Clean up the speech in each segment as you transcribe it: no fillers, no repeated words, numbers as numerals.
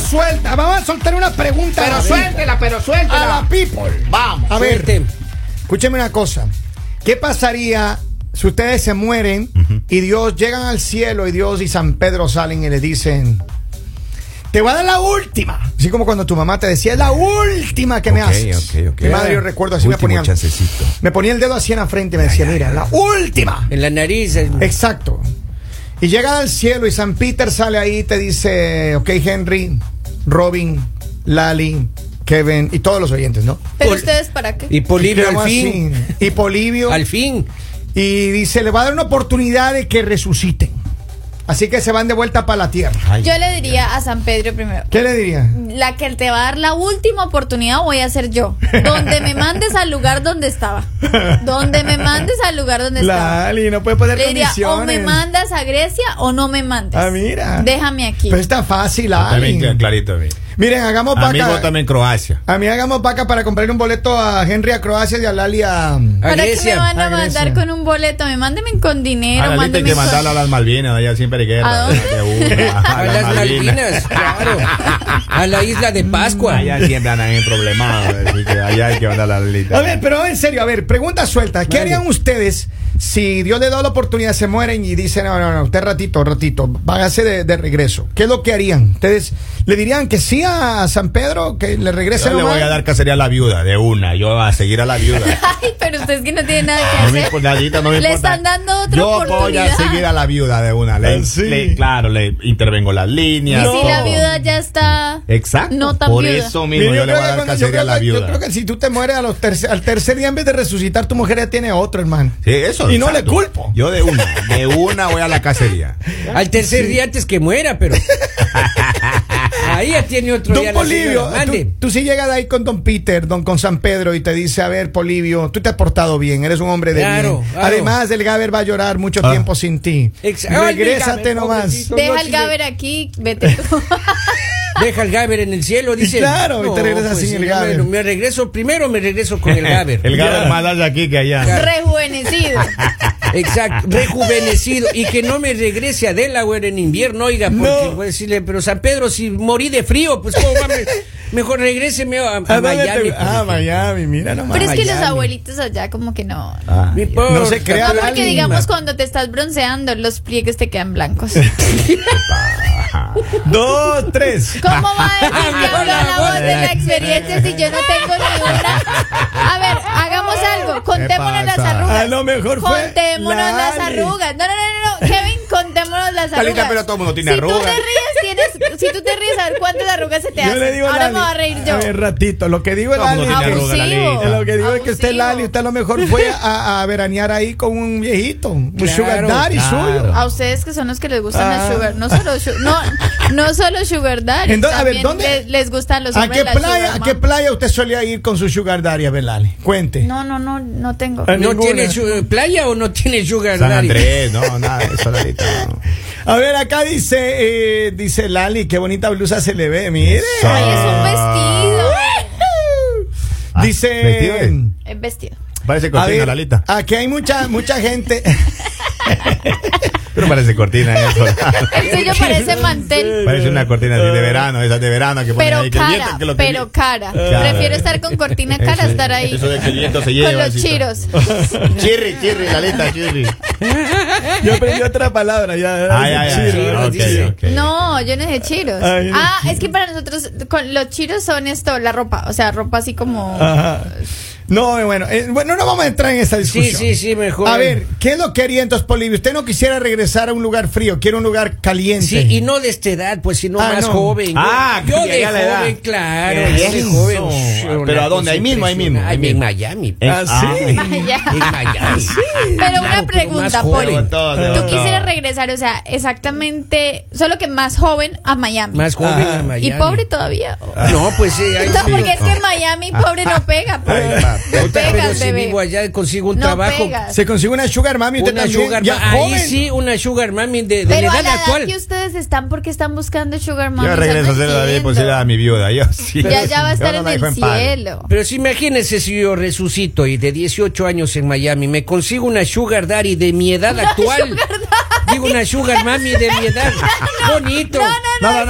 suelta. Vamos a soltar una pregunta. Pero suéltela. A la people. Vamos. A ver, Suelte. escúcheme una cosa. ¿Qué pasaría si ustedes se mueren y Dios llegan al cielo y Dios y San Pedro salen y le dicen: te voy a dar la última? Así como cuando tu mamá te decía: es la última que me haces. Mi madre, yo recuerdo así, me ponía el dedo así en la frente y me decía: mira, la última. En la nariz. Exacto. Y llega al cielo y San Peter sale ahí y te dice: ok, Henry, Robin, Lali, Kevin y todos los oyentes, ¿no? ¿Pero ustedes para qué? Y Polibio Digamos al fin. así. Y Polibio. Al fin. Y dice: le va a dar una oportunidad de que resuciten. Así que se van de vuelta para la tierra. Yo le diría a San Pedro primero: ¿Qué le diría? la que te va a dar la última oportunidad voy a ser yo. Donde me mandes al lugar donde estaba. Donde me mandes al lugar donde estaba. Lali, no puede poner Le diría: condiciones. o me mandas a Grecia o no me mandes. Ah, mira. Déjame aquí. Pero está fácil, Lali. También clarito a mí. Miren, hagamos A mí paca. también Croacia. A mí hagamos paca para comprarle un boleto a Henry a Croacia y a Lali a ¿Para qué me Grecia. van a A Grecia. mandar con un boleto? Mándenme con dinero. A la lista hay mándenme que mandarla a las Malvinas, allá siempre hay ¿A guerra. dónde? De una, A las Malvinas, claro. A la isla de Pascua. Allá siempre andan en problemas, así que allá hay que mandar la lista. A ver, pero en serio, a ver, pregunta suelta. ¿Qué Vale. harían ustedes si Dios les da la oportunidad, se mueren y dicen: no, usted ratito, vágase de regreso? ¿Qué es lo que harían? ¿Ustedes le dirían que sí a San Pedro, que le regrese Yo le nomás? voy a dar cacería a la viuda, de una. Yo voy a seguir a la viuda. Ay, pero usted es que no tiene nada que No me hacer. importa, Lalita, no me Le importa. están dando otra Yo oportunidad. voy a seguir a la viuda de una. Ah, sí. Claro, le intervengo las Y líneas. si la todo. viuda ya está. Exacto. No tan Por viuda. eso Mira, mismo yo le voy a dar cuando- cacería a la yo viuda. creo que si tú te mueres al tercer día, en vez de resucitar, tu mujer ya tiene otro, hermano. Sí, eso. Y no le exacto. culpo. Yo de una voy a la cacería. Al tercer día antes que muera, pero. Ahí ya tiene otro Don día la Polibio, señora. Mande. tú sí llegas de ahí con Don Peter, con San Pedro y te dice: a ver, Polibio, tú te has portado bien, eres un hombre de Claro, bien. claro. Además, el Gaber va a llorar mucho Ah. tiempo sin ti. Ay, Regrésate Gaber, nomás. pobrecito. Deja el Gaber aquí, vete tú. Deja el Gaber en el cielo, dice. claro, y te regresas sin el sí, Gaber. Me regreso con el Gaber. El Gaber más allá aquí que allá. Rejuvenecido. Exacto, rejuvenecido. Y que no me regrese a Delaware en invierno, oiga, porque No. voy a decirle: pero San Pedro, si morí de frío, pues ¿cómo va? Mejor regréseme a ¿A dónde Miami. te- Ah, Miami, mira nomás. Pero es que los Miami. abuelitos allá como que no. Ah, Mi ya. porfa, No se crea, No, pero porque Lali. digamos cuando te estás bronceando, los pliegues te quedan blancos. 2, 3. ¿Cómo va a decir que Ah, hablo la la voz voz de la experiencia si yo no tengo ninguna? A ver, hagamos algo. Contémonos las pasa? arrugas. A lo mejor fue Contémonos las Lali. arrugas. No. Kevin, contémonos las Lalita, arrugas. pero todo el mundo tiene si Tú arrugas. te ríes, si tú te ríes, a ver cuántas arrugas se te Yo hacen. le digo a Ahora Lali, me voy a reír yo. A ver, ratito, lo que digo es Todo el mundo Lali. tiene arrugas, Abusivo. Lalita. Lo que digo es que usted, Abusivo. Lali, usted a lo mejor fue a veranear ahí con un viejito, un Claro, sugar daddy claro. suyo. A ustedes que son los que les gustan las Ah. sugar, no solo sugar daddy, Entonces, a ver, también ¿dónde? les gustan los ¿A hombres qué de la playa, sugar a qué mom. playa usted solía ir con su sugar daddy, a ver, Lali? Cuente. No tengo. Ah, ¿No ninguna. tiene playa o no tiene sugar San daddy? Andrés, no, nada de eso, Lalita. no. A ver, acá dice Lali, qué bonita blusa se le ve, mire. Eso. Ay, es un vestido. Ah, Dice, ¿vestido es? Es vestido. Parece a cortina, ver, Lalita. aquí hay mucha gente. Pero parece cortina. Eso. El suyo parece mantel. Parece una cortina así de verano, esas de verano que ponen Pero ahí. Que el viento, cara, que lo que pero vi- cara. Claro. Prefiero estar con cortina cara a Eso- estar ahí Eso de que el viento se lleva. con los así, chiros. Chirri, Lalita, chirri. Yo aprendí otra palabra ya. Ay, Chiro, ok, chiro. ok. No, yo no sé chiros. Ay, Es que para nosotros los chiros son esto, la ropa, o sea, ropa así como Ajá. No, bueno, no vamos a entrar en esa discusión. Sí, mejor. A ver, ¿qué es lo que haría entonces, Polibio? Usted no quisiera regresar a un lugar frío, quiere un lugar caliente. Sí, y no de esta edad, pues, sino Ah, más no. joven. Ah, yo que de llega la edad. joven, claro. Eso. Yo de joven. ¿Pero Una a dónde? cosa Ahí mismo, ahí mismo, impresionante. ahí mismo. En Miami. Ah, sí. Allá. En Miami. Pero Claro, una pero pregunta, más joven. Poli. Todo. Tú quisieras regresar, o sea, exactamente, solo que más joven a Miami. Más joven Ah. a Miami. Y pobre todavía. No, pues sí. ahí No, sí. porque es que en Miami pobre no pega. Pues. Ahí va. No Puta, pero pegas, si bebé. vivo allá, consigo un No trabajo. pegas. Se consigue una sugar mami, usted Una también, sugar ya mami. Ahí joven. sí, una sugar mami de la Pero a edad la edad actual. que ustedes están, porque están buscando sugar mami. Yo regreso a hacer la vida posible a mi viuda. Yo sí. Ya va a estar Yo no en la dejo el paz. cielo. Pero si imagínense si yo resucito y de 18 años en Miami me consigo una sugar daddy de mi edad actual. De consigo una sugar mami de mi edad. Bonito. No,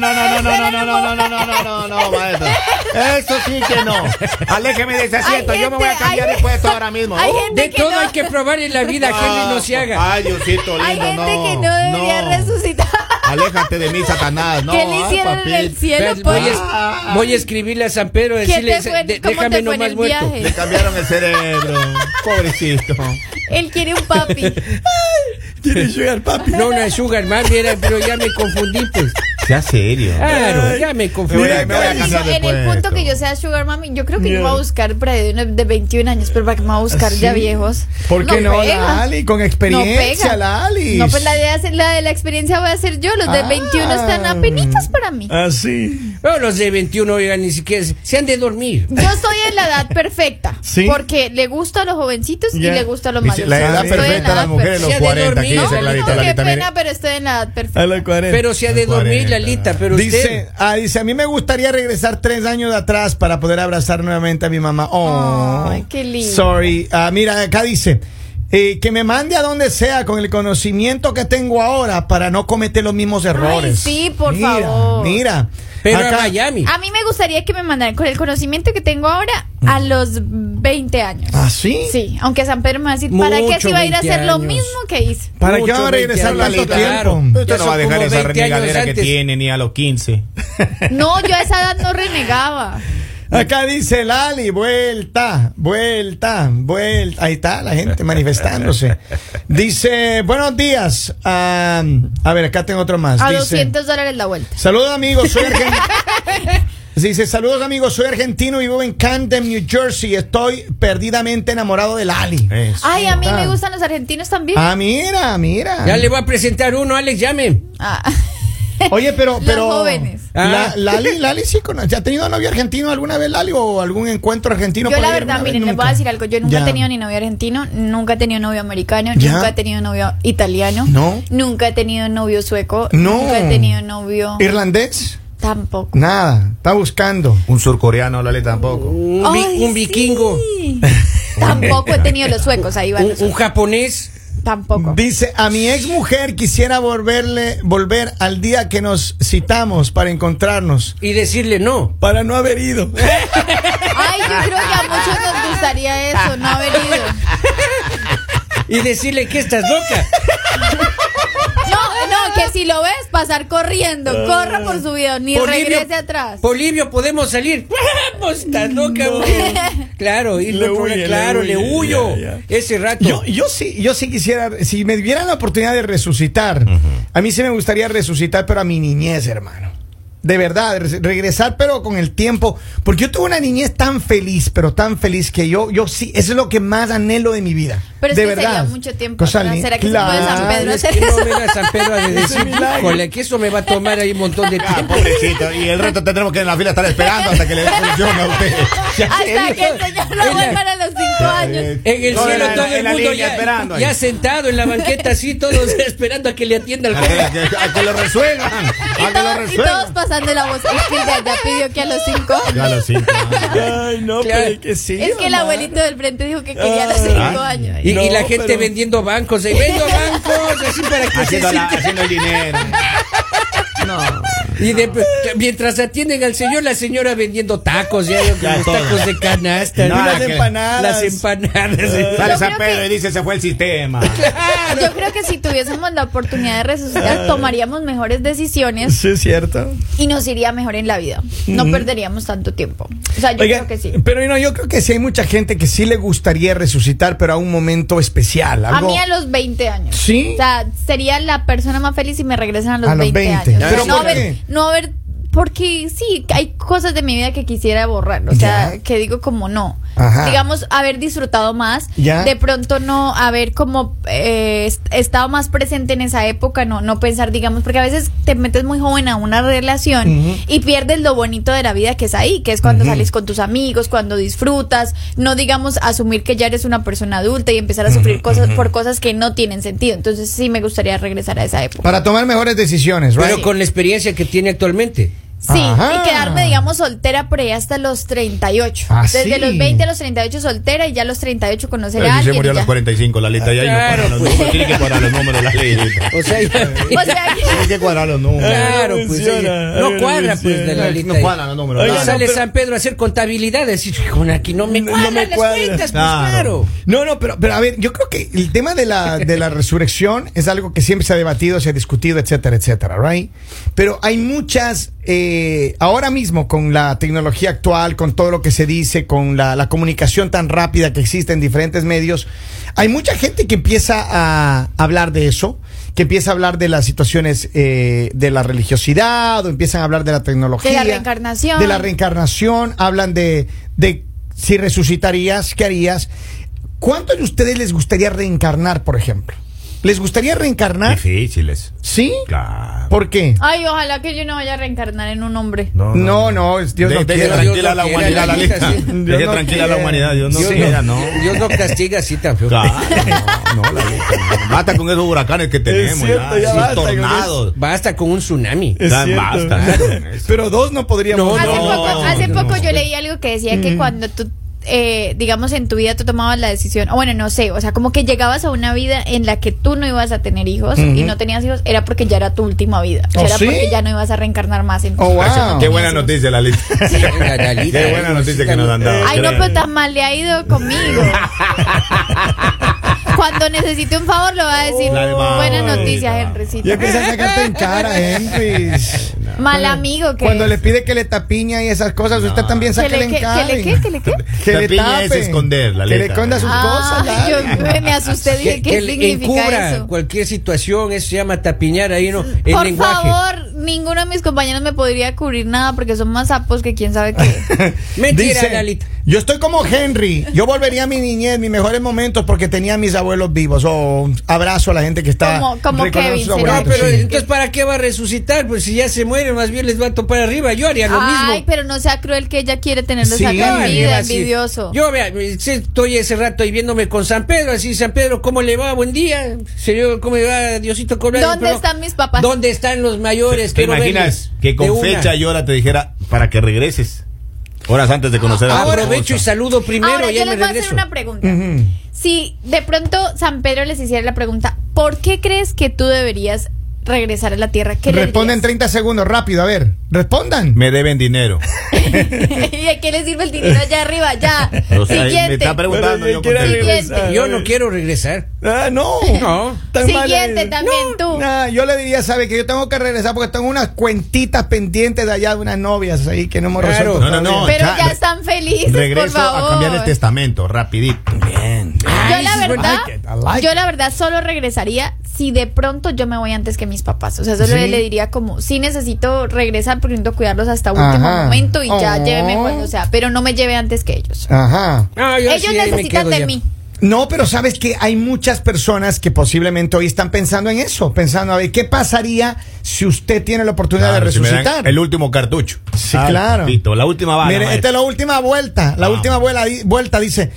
maestro. Eso sí que no. Aléjeme de ese asiento. Yo me voy a cambiar de puesto ahora mismo. Hay gente De que todo no- hay que probar en la vida, Henry, no se haga. Ay, Diosito lindo, Hay gente no. que no debería resucitar. Aléjate de mí, Satanás. No, ¿Qué le hicieron en el cielo, Espérate, voy, pues? voy a escribirle a San Pedro, ¿Qué decirle, te fue? ¿Cómo déjame te fue en nomás el muerto. viaje? Le cambiaron el cerebro. Pobrecito. Él quiere un papi. ¿Quiere sugar papi? No, una sugar mami era, pero ya me confundí, pues. Sea serio. Claro, ya me confundí. Me voy a cambiar de En el punto puesto. que yo sea sugar mami, yo creo que Yeah. yo me voy a buscar por ahí de 21 años, pero para que me voy a buscar ya ¿Sí? viejos. ¿Por qué no, pega. la Ali? Con experiencia, pega. la Ali. No, pues la de la experiencia voy a ser yo. Los de 21 están apenitas para mí. Así. No, los de 21, oigan, ni siquiera se han de dormir. Yo estoy en la edad perfecta. ¿Sí? Porque le gusta a los jovencitos Ya. y le gusta a los Dice, mayores. la edad Estoy en perfecta la a las edad mujeres, los Se ha de 40. Aquí dormir. dice No, Clarita, No, qué Clarita, mire. pena, pero estoy en la edad perfecta. A los 40. Pero se ha de dormir, Lalita, pero usted... Dice, a mí me gustaría regresar 3 años de atrás para poder abrazar nuevamente a mi mamá. Oh, Ay, qué lindo. Sorry. Mira, acá dice, que me mande a donde sea con el conocimiento que tengo ahora para no cometer los mismos errores. sí, por Mira, favor. Mira. Pero Acá- a Miami. A mí me gustaría que me mandaran con el conocimiento que tengo ahora a los 20 años. ¿Ah, sí? Sí, aunque San Pedro me va a decir, ¿para qué Mucho, si va a ir a 20 hacer lo años. mismo que hice? ¿Para qué Mucho, va a regresar 20 tanto años, claro. tiempo? Usted Ya no va a son dejar como esa 20 años renegadera que antes. tiene ni a los 15. No, yo a esa edad no renegaba. Acá dice Lali, vuelta. Ahí está la gente manifestándose. Dice, buenos días. A ver, acá tengo otro más. A Dice, $200 la vuelta. saludos amigos, soy argentino. Dice, saludos amigos, soy argentino y vivo en Camden, New Jersey. Estoy perdidamente enamorado de Lali. Eso. Ay, a mí Ah. me gustan los argentinos también. Mira. Ya le voy a presentar uno, Alex, llame. Ah. Oye, pero Los jóvenes. Lali sí conoce. ¿Ha tenido novio argentino alguna vez, Lali? ¿O algún encuentro argentino? Yo por la ahí verdad, alguna vez? miren, les voy a Nunca. decir algo. Yo nunca Ya. he tenido ni novio argentino, nunca he tenido novio americano, Ya. nunca he tenido novio italiano, No. nunca he tenido novio sueco, No. nunca he tenido novio ¿Irlandés? tampoco. Nada, está buscando. Un surcoreano, Lali, tampoco. Un Ay, vikingo. sí. Tampoco he tenido los suecos, ahí van. Un japonés. Tampoco. Dice, a mi ex mujer quisiera volver al día que nos citamos para encontrarnos, Y decirle no. para no haber ido. Ay, yo creo que a muchos nos gustaría eso, no haber ido. Y decirle que estás loca. No, que si lo ves, pasar corriendo, corra por su vida, ni regrese atrás. Polibio, podemos salir. Vamos, estás loca, güey. Claro, y Le no, huye, claro, le le huye, huyo. ya. Ese rato. Yo sí quisiera, si me dieran la oportunidad de resucitar, a mí sí me gustaría resucitar, pero a mi niñez, hermano. De verdad, regresar, pero con el tiempo. Porque yo tuve una niñez tan feliz, pero tan feliz que yo sí, eso es lo que más anhelo de mi vida. Pero es de que verdad. sería mucho tiempo Cosa atrás. linda. ¿Será que se puede San Pedro Es hacer que no eso? venga San Pedro a decir, milagro. híjole, que eso me va a tomar ahí un montón de Ah, tiempo. pobrecito. Y el resto tendremos que en la fila estar esperando hasta que le den solución a usted. Hasta que el señor lo vuelvan a los 5 años. En el Todo cielo en la- todo en el la mundo línea esperando ahí. ya sentado en la banqueta así, todos esperando a que le atienda el A joven. que lo resuelvan. Y, A que lo todos resuelvan. pasando la voz. Es que el de allá pidió que a los 5 años. Ya lo siento. Ay, no, Claro. pero es que sí. Es que el mamá. abuelito del frente dijo que quería a los 5 años. Y No, la gente pero- vendiendo bancos, vendo bancos, así para que se Haciendo el dinero. No. Y mientras atienden al señor, la señora vendiendo tacos, ya, Ya, los todo. tacos de canasta, No, ¿no? las que- empanadas. Las empanadas. Sale Yo San creo Pedro que- y dice se fue el sistema. Yo creo que si tuviésemos la oportunidad de resucitar, tomaríamos mejores decisiones Sí, es cierto. y nos iría mejor en la vida. No perderíamos tanto tiempo. O sea, yo Oigan, creo que sí. pero no, yo creo que sí hay mucha gente que sí le gustaría resucitar, pero a un momento especial. A Algo... mí a los 20 años. ¿Sí? O sea, sería la persona más feliz si me regresan a los, A los 20 20. años. ¿Pero no por qué? no haber, porque sí, hay cosas de mi vida que quisiera borrar. O sea, Ya. que digo como no. Ajá. Digamos, haber disfrutado más. Ya. De pronto no haber como estado más presente en esa época, no pensar, digamos, porque a veces te metes muy joven a una relación Ujú. y pierdes lo bonito de la vida que es ahí, que es cuando sales con tus amigos, cuando disfrutas, no digamos asumir que ya eres una persona adulta y empezar a sufrir cosas por cosas que no tienen sentido. Entonces sí me gustaría regresar a esa época. Para tomar mejores decisiones, ¿right? Pero con la experiencia que tiene actualmente. Sí, Ajá. y quedarme, digamos, soltera por ahí hasta los 38. Ah, Desde sí. los 20 a los 38 soltera y ya a los 38 conocer a Pero si se alguien. murió a y los ya. 45, Lalita, ya ahí no Claro, cuadran los pues. números. Tiene que cuadrar los números, Lalita. O sea, O sea, Tiene que cuadrar los números. claro, pues menciona, no ay, cuadra, pues, menciona. de la lista. No cuadran los números. Oiga, Ahí Lalita. sale pero- San Pedro a hacer contabilidad, decir, con aquí no me No cuadran me las cuadra. cuentas, pues Claro. claro. No, pero a ver, yo creo que el tema de la resurrección es algo que siempre se ha debatido, se ha discutido, etcétera, etcétera, right? Pero hay muchas, ahora mismo con la tecnología actual, con todo lo que se dice, con la comunicación tan rápida que existe en diferentes medios, hay mucha gente que empieza a hablar de eso, que empieza a hablar de las situaciones de la religiosidad, o empiezan a hablar de la tecnología. De la reencarnación. De la reencarnación, hablan de si resucitarías, ¿qué harías? ¿Cuántos de ustedes les gustaría reencarnar, por ejemplo? ¿Les gustaría reencarnar? Difíciles. ¿Sí? Claro. ¿Por qué? ay, ojalá que yo no vaya a reencarnar en un hombre. No, Dios no Deje quiera. tranquila Dios la no humanidad, quiera, Lalita. sí. Dios Deje no tranquila la quiera. humanidad. Dios no Sí. quiera, no. Dios no castiga así tan feo. Claro, no, Lalita. No. Basta con esos huracanes que tenemos. cierto, ya esos basta con tornados. Basta con un tsunami. Es Ya cierto. basta con eso. Pero dos no podríamos. No, Hace no, poco no. yo leí algo que decía que cuando tú, digamos, en tu vida tú tomabas la decisión, o bueno, no sé, o sea, como que llegabas a una vida en la que tú no ibas a tener hijos y no tenías hijos, era porque ya era tu última vida. O sea, ¿Oh, era sí? porque ya no ibas a reencarnar más en Oh, wow. Qué buena noticia, Lalita. Venga, Lalita, Qué buena noticia que nos han dado. Ay, no, pero tan mal le ha ido conmigo. Cuando necesite un favor, lo va a decir. Oh, Buena no. noticia, Y Henrycito. empieza a sacarte en cara, Henry. Mal amigo que Cuando es. le pide que le tapiña y esas cosas, usted también ¿Que sáquele le en qué? cara. ¿Que le qué? ¿Que le qué? Que le Tapiña es tape. esconder, la Que le letra. esconda sus cosas. Ah, yo dale. me asusté, dije, ¿qué le significa encubra eso? cualquier situación, eso se llama tapiñar ahí, ¿no? El Por lenguaje. favor, ninguno de mis compañeros me podría cubrir nada porque son más sapos que quién sabe qué. Mentira, Dice, Lalita. yo estoy como Henry. Yo volvería a mi niñez, mis mejores momentos, porque tenía a mis abuelos vivos. Oh, un abrazo a la gente que está Como recordando Kevin, a sus sería. No, abuelitos, pero sí. entonces, ¿para qué va a resucitar? Pues si ya se muere, más bien les va a topar arriba. Yo haría lo Ay, mismo. pero no sea cruel que ella quiere tenerlos Sí, acá en Arriba, vida, así. envidioso. Yo, vea, estoy ese rato ahí viéndome con San Pedro, así, San Pedro, ¿cómo le va? Buen día. Señor, ¿cómo le va? Diosito Cobrado. ¿Dónde están mis papás? ¿Dónde están los mayores? ¿Te Quiero imaginas verles que con de una. fecha y hora te dijera para que regreses? Horas antes de conocer a la Aprovecho y esposa. saludo primero Ahora y yo ya me les voy a hacer regreso. una pregunta. Si de pronto San Pedro les hiciera la pregunta, ¿por qué crees que tú deberías regresar a la tierra? ¿Qué les Responden dirías? 30 segundos, rápido, a ver. Respondan. Me deben dinero. ¿Y a qué le sirve el dinero allá arriba? Ya. O sea, me Siguiente. está preguntando. Yo Quiere contesto. regresar. Yo no quiero regresar. Ah, no. No. Tan mal Siguiente es. también tú. Nah, yo le diría, ¿sabe? Que yo tengo que regresar porque tengo unas cuentitas pendientes de allá de unas novias ahí que no hemos Claro. resuelto. No, no, no. todavía. Pero Ya, ya están felices, Regreso por favor. a cambiar el testamento, rapidito. Bien. Yo Ay, la sí es verdad, I like it. yo la verdad solo regresaría si de pronto yo me voy antes que mis papás. O sea, solo Sí. le diría como, sí necesito regresar porque necesito cuidarlos hasta último Ajá. momento y ya Oh. lléveme cuando sea, pero no me lleve antes que ellos. Ajá. No, yo Ellos sí, ahí me necesitan quedo de ya. mí. No, pero sabes que hay muchas personas que posiblemente hoy están pensando en eso, pensando a ver qué pasaría si usted tiene la oportunidad Claro, de si me dan resucitar. el último cartucho. Sí, claro. Papito, la última bala. Mire, maestro. esta es la última vuelta. La Vamos. última vuelta dice: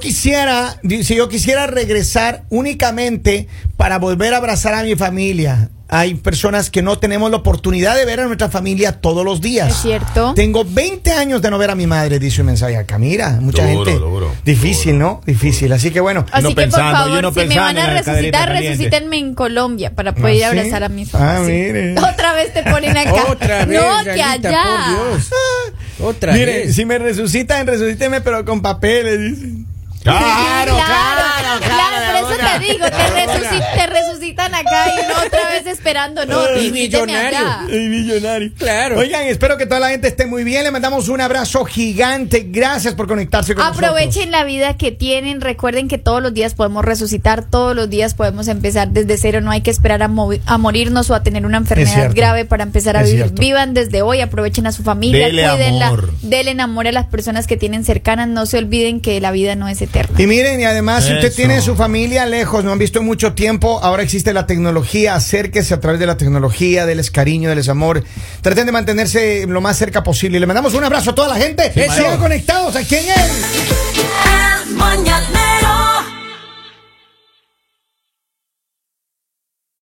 si yo quisiera regresar únicamente para volver a abrazar a mi familia. Hay personas que no tenemos la oportunidad de ver a nuestra familia todos los días. Es cierto. Tengo 20 años de no ver a mi madre, dice un mensaje acá. Mira, mucha Duro, gente. duro, Difícil, ¿no? Difícil. Así que bueno. Así uno que pensando, por y uno favor, si me pensando van a en la caderita resucitar, caliente. resucítenme en Colombia para poder ir a ¿Ah, sí? abrazar a mis papás. Ah, sí. mire. Otra vez te ponen acá. Otra vez, No, que Lalita, allá. por Dios. Otra Mire, vez. si me resucitan, resucíteme, pero con papeles, dicen. Claro, Claro, por eso te digo, te resucitan acá y no otra vez esperando, no, Y resucíteme millonario. allá. El millonario. Claro. Oigan, espero que toda la gente esté muy bien. Le mandamos un abrazo gigante. Gracias por conectarse con nosotros. Aprovechen la vida que tienen, recuerden que todos los días podemos resucitar, todos los días podemos empezar desde cero, no hay que esperar a morirnos o a tener una enfermedad cierto. grave para empezar a Es vivir. cierto. Vivan desde hoy, aprovechen a su familia, Dele cuídenla, amor. denle amor a las personas que tienen cercanas, no se olviden que la vida no es eterna. Y miren, y además, si usted Eso. tiene su familia lejos, no han visto en mucho tiempo, ahora existe la tecnología, acérquese a través de la tecnología, denles cariño, denles amor, traten de mantenerse lo más cerca posible. Y le mandamos un abrazo a toda la gente. Eso. Sigan conectados aquí en el... El Mañanero